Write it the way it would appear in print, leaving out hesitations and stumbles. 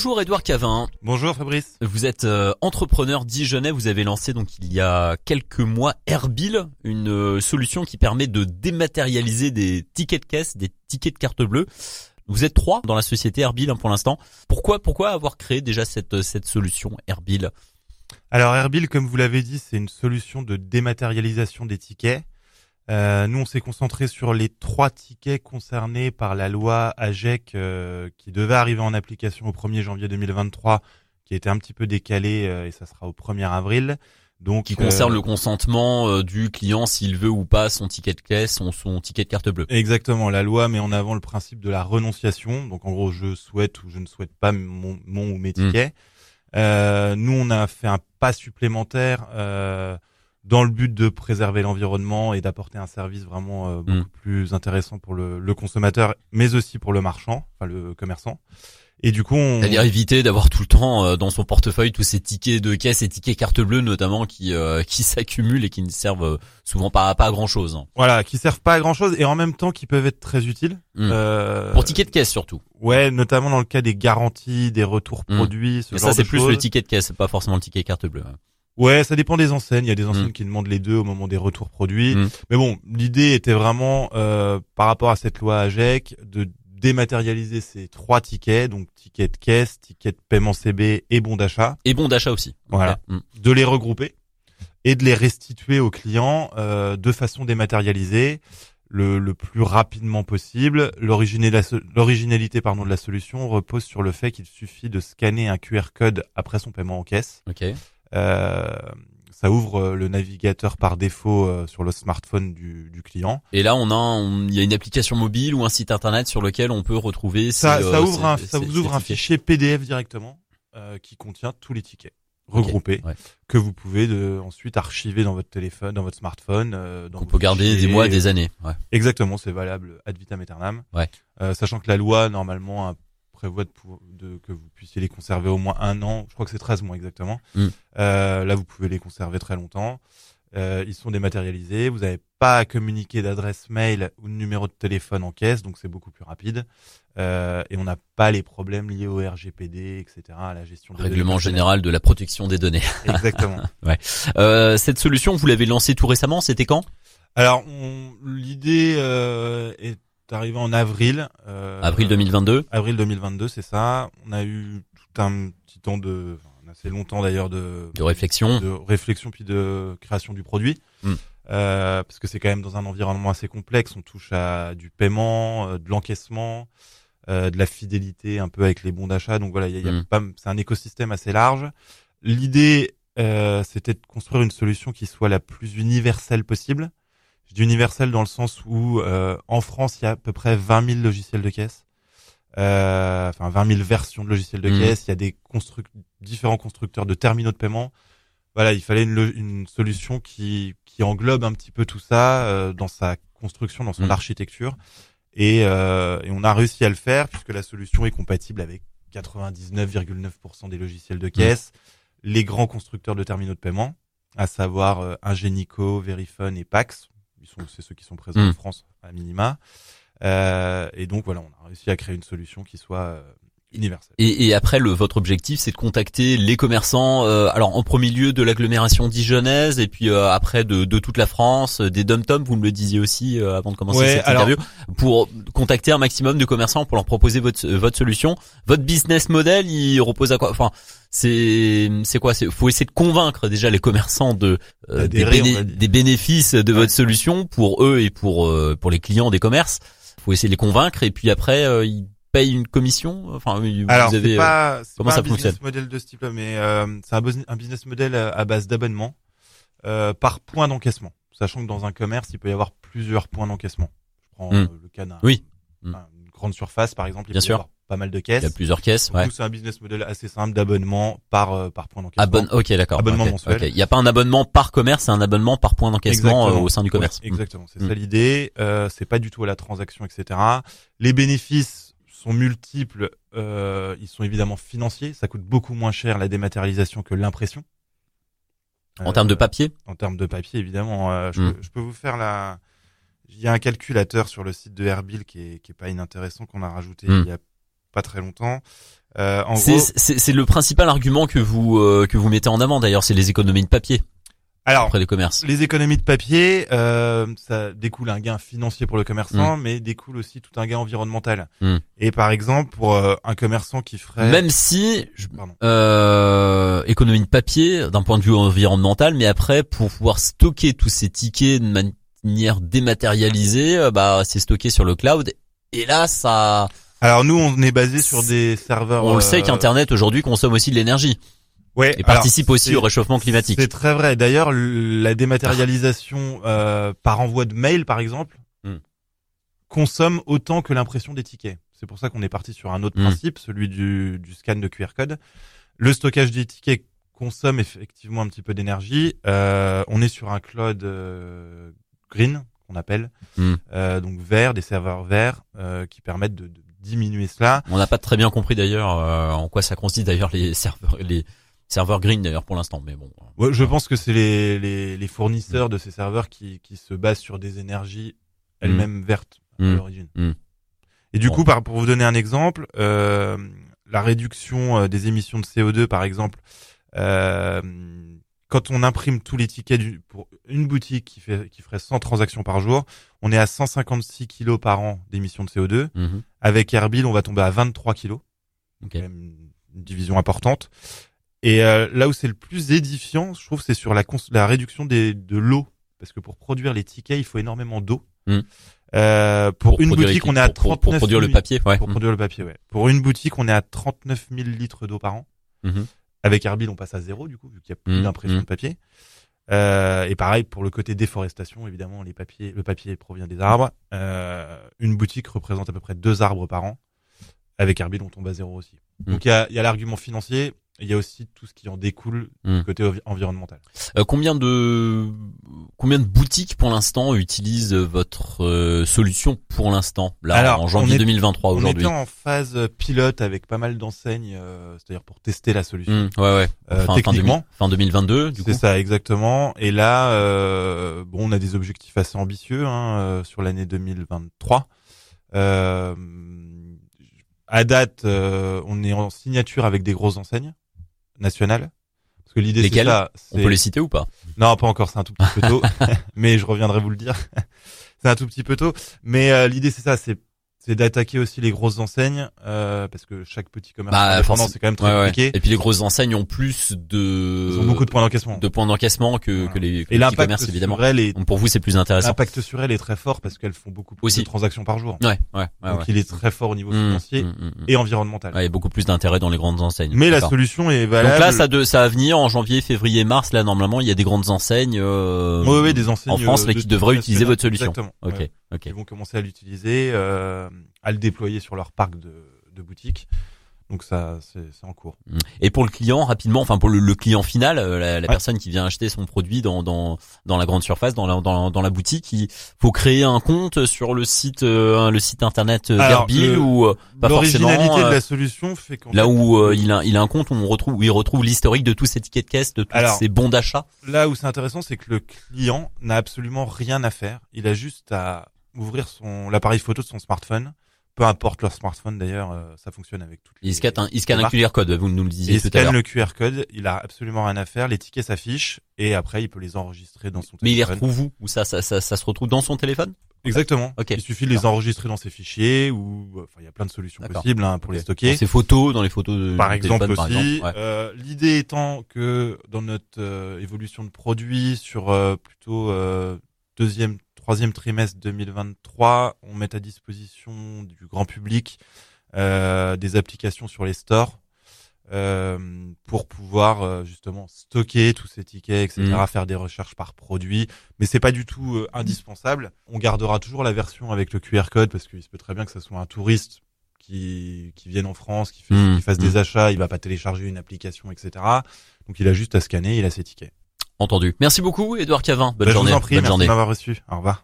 Bonjour Édouard Cavin. Bonjour Fabrice. Vous êtes entrepreneur dijonnais, vous avez lancé donc il y a quelques mois Airbill, une solution qui permet de dématérialiser des tickets de caisse, des tickets de carte bleue. Vous êtes 3 dans la société Airbill pour l'instant. Pourquoi avoir créé déjà cette solution Airbill ? Alors Airbill, comme vous l'avez dit, c'est une solution de dématérialisation des tickets. Nous, on s'est concentré sur les 3 tickets concernés par la loi AGEC qui devait arriver en application au 1er janvier 2023, qui a été un petit peu décalé et ça sera au 1er avril. Donc, qui concerne le consentement du client s'il veut ou pas son ticket de caisse, son ticket de carte bleue. Exactement, la loi met en avant le principe de la renonciation. Donc en gros, je souhaite ou je ne souhaite pas mon ou mes tickets. Nous, on a fait un pas supplémentaire dans le but de préserver l'environnement et d'apporter un service vraiment beaucoup plus intéressant pour le consommateur, mais aussi pour le marchand, enfin le commerçant. Et du coup, c'est-à-dire éviter d'avoir tout le temps dans son portefeuille tous ces tickets de caisse et tickets carte bleue notamment qui s'accumulent et qui ne servent souvent pas à grand chose. Voilà, qui servent pas à grand chose et en même temps qui peuvent être très utiles. Pour tickets de caisse surtout. Ouais, notamment dans le cas des garanties, des retours produits, ce genre de choses. Ça c'est plus le ticket de caisse, c'est pas forcément le ticket carte bleue. Ouais, ça dépend des enseignes. Il y a des enseignes qui demandent les deux au moment des retours produits. Mais bon, l'idée était vraiment, par rapport à cette loi AGEC, de dématérialiser ces 3 tickets, donc ticket de caisse, ticket de paiement CB et bon d'achat. Et bon d'achat aussi. Voilà. Okay. De les regrouper et de les restituer aux clients de façon dématérialisée le plus rapidement possible. L'originalité de la solution repose sur le fait qu'il suffit de scanner un QR code après son paiement en caisse. Okay. Ça ouvre le navigateur par défaut sur le smartphone du client. Et là, il y a une application mobile ou un site internet sur lequel on peut retrouver. Ça vous ouvre un fichier PDF directement qui contient tous les tickets regroupés que vous pouvez ensuite archiver dans votre téléphone, dans votre smartphone. On peut garder des mois, des années. Ouais. Exactement, c'est valable ad vitam aeternam. Ouais. Sachant que la loi normalement prévoit que vous puissiez les conserver au moins 1 an. Je crois que c'est 13 mois exactement. Là, vous pouvez les conserver très longtemps. Ils sont dématérialisés. Vous n'avez pas à communiquer d'adresse mail ou de numéro de téléphone en caisse, donc c'est beaucoup plus rapide. Et on n'a pas les problèmes liés au RGPD, etc., à la gestion des règlement général de la protection des données. Exactement. Ouais. Cette solution, vous l'avez lancée tout récemment. C'était quand ? Alors, l'idée est arrivé en avril. Avril 2022. Avril 2022, c'est ça. On a eu tout un petit temps assez longtemps d'ailleurs de réflexion, puis de création du produit. Parce que c'est quand même dans un environnement assez complexe. On touche à du paiement, de l'encaissement, de la fidélité un peu avec les bons d'achat. Donc voilà, c'est un écosystème assez large. L'idée, c'était de construire une solution qui soit la plus universelle possible. Je dis universel dans le sens où en France, il y a à peu près 20 000 logiciels de caisse. 20 000 versions de logiciels de caisse. Il y a des différents constructeurs de terminaux de paiement. Voilà, il fallait une solution qui englobe un petit peu tout ça dans sa construction, dans son architecture. Et on a réussi à le faire puisque la solution est compatible avec 99,9% des logiciels de caisse, les grands constructeurs de terminaux de paiement, à savoir Ingenico, Verifone et Pax. C'est ceux qui sont présents en France à minima. Et donc voilà, on a réussi à créer une solution qui soit universelle. Et après, votre objectif, c'est de contacter les commerçants, alors en premier lieu de l'agglomération dijonnaise, et puis après de toute la France, des dom-toms, vous me le disiez aussi avant de commencer cette interview, pour contacter un maximum de commerçants pour leur proposer votre solution. Votre business model, il repose à quoi ? Enfin, c'est quoi ? Faut essayer de convaincre déjà les commerçants des bénéfices de votre solution pour eux et pour les clients des commerces. Faut essayer de les convaincre et puis après ils payent une commission. Enfin, alors vous avez comment ça fonctionne ? C'est pas un business model de ce type-là, mais c'est un business model à base d'abonnement par point d'encaissement. Sachant que dans un commerce, il peut y avoir plusieurs points d'encaissement. Je prends le cas d'une grande surface, par exemple. Il peut y avoir pas mal de caisses. Il y a plusieurs caisses. Donc, c'est un business model assez simple d'abonnement par point d'encaissement. Ok, d'accord. Abonnement mensuel. Il n'y a pas un abonnement par commerce, c'est un abonnement par point d'encaissement au sein du commerce. Ouais, exactement. C'est ça l'idée. C'est pas du tout à la transaction, etc. Les bénéfices sont multiples. Ils sont évidemment financiers. Ça coûte beaucoup moins cher la dématérialisation que l'impression. En termes de papier ? En termes de papier, évidemment. Je peux vous faire il y a un calculateur sur le site de Airbill qui est pas inintéressant qu'on a rajouté il y a pas très longtemps. C'est le principal argument que vous mettez en avant d'ailleurs, c'est les économies de papier. Alors, après les commerces. Les économies de papier, ça découle un gain financier pour le commerçant, mais découle aussi tout un gain environnemental. Et par exemple, pour un commerçant qui ferait... Même si, économie de papier d'un point de vue environnemental, mais après, pour pouvoir stocker tous ces tickets de manière dématérialisée, c'est stocké sur le cloud. Et là, ça... Alors nous, on est basé sur des serveurs... On le sait qu'Internet aujourd'hui consomme aussi de l'énergie. Ouais, et participe aussi au réchauffement climatique. C'est très vrai. D'ailleurs, la dématérialisation par envoi de mail, par exemple, consomme autant que l'impression des tickets. C'est pour ça qu'on est parti sur un autre principe, celui du scan de QR code. Le stockage des tickets consomme effectivement un petit peu d'énergie. On est sur un cloud green, qu'on appelle, donc vert, des serveurs verts qui permettent de diminuer cela. On n'a pas très bien compris d'ailleurs en quoi ça consiste d'ailleurs les serveurs green d'ailleurs pour l'instant, mais bon. Ouais, je pense que c'est les fournisseurs de ces serveurs qui se basent sur des énergies elles-mêmes vertes à l'origine. Et du coup, pour vous donner un exemple, la réduction des émissions de CO2 par exemple, quand on imprime tous les tickets pour une boutique qui ferait 100 transactions par jour, on est à 156 kilos par an d'émissions de CO2. Avec Airbill, on va tomber à 23 kilos. Okay. Même une division importante. Et là où c'est le plus édifiant, je trouve, c'est sur la réduction de l'eau. Parce que pour produire les tickets, il faut énormément d'eau. Pour une boutique, on est à 39 pour produire le papier, ouais. Pour produire le papier, ouais. Pour une boutique, on est à 39 000 litres d'eau par an. Avec Airbill, on passe à 0, du coup, vu qu'il y a plus d'impression de papier. Et pareil, pour le côté déforestation, évidemment, le papier provient des arbres. Une boutique représente à peu près 2 arbres par an. Avec Airbill, on tombe à 0 aussi. Donc, il y a l'argument financier. Il y a aussi tout ce qui en découle du côté environnemental. Combien de boutiques pour l'instant utilisent votre solution pour l'instant là? Alors, en janvier 2023 aujourd'hui. On était en phase pilote avec pas mal d'enseignes, c'est-à-dire pour tester la solution. Techniquement, fin 2022 du coup. C'est ça exactement. Et là, on a des objectifs assez ambitieux sur l'année 2023. À date, on est en signature avec des grosses enseignes nationales. Parce que l'idée c'est ça. On peut les citer ou pas? Non, pas encore, c'est un tout petit peu tôt. Mais je reviendrai vous le dire. C'est un tout petit peu tôt. Mais l'idée c'est ça, c'est d'attaquer aussi les grosses enseignes, parce que chaque petit commerce indépendant, c'est quand même très compliqué. Et puis les grosses enseignes ont plus ils ont beaucoup de points d'encaissement. Que les petits commerces, évidemment. Donc pour vous, c'est plus intéressant. L'impact sur elles est très fort parce qu'elles font beaucoup plus de transactions par jour. Donc il est très fort au niveau financier et environnemental. Il y a beaucoup plus d'intérêt dans les grandes enseignes. Mais la solution est valable. Donc là, ça va venir en janvier, février, mars. Là, normalement, il y a des grandes enseignes, des enseignes en France, qui devraient utiliser votre solution. Exactement. Ok. Ils vont commencer à l'utiliser, à le déployer sur leur parc de boutiques. Donc ça, c'est en cours. Et pour le client, rapidement, enfin pour le client final, la personne qui vient acheter son produit dans la grande surface, dans la boutique, il faut créer un compte sur le site internet d'Airbill ou pas forcément. L'originalité de la solution fait qu'en il a un compte où il retrouve l'historique de tous ses tickets de caisse, de tous ses bons d'achat. Là où c'est intéressant, c'est que le client n'a absolument rien à faire. Il a juste à ouvrir l'appareil photo de son smartphone. Peu importe leur smartphone d'ailleurs, ça fonctionne avec toutes les... Il scanne un QR code, vous nous le disiez tout à l'heure. Il scanne le QR code, il a absolument rien à faire, les tickets s'affichent et après il peut les enregistrer dans son téléphone. Mais il les retrouve où? Ou ça se retrouve dans son téléphone? Exactement. Il suffit de les enregistrer dans ses fichiers ou il y a plein de solutions possibles pour les stocker. Dans ses photos, dans les photos par exemple téléphone, aussi. Par exemple. L'idée étant que dans notre évolution de produit sur plutôt troisième trimestre 2023, on met à disposition du grand public des applications sur les stores pour pouvoir justement stocker tous ces tickets, etc., faire des recherches par produit. Mais c'est pas du tout indispensable. On gardera toujours la version avec le QR code parce qu'il se peut très bien que ça soit un touriste qui vienne en France, qui fasse des achats, il va pas télécharger une application, etc. Donc il a juste à scanner, il a ses tickets. Entendu. Merci beaucoup, Édouard Cavin. Bonne journée. Je vous en prie, merci de m'avoir reçu. Au revoir.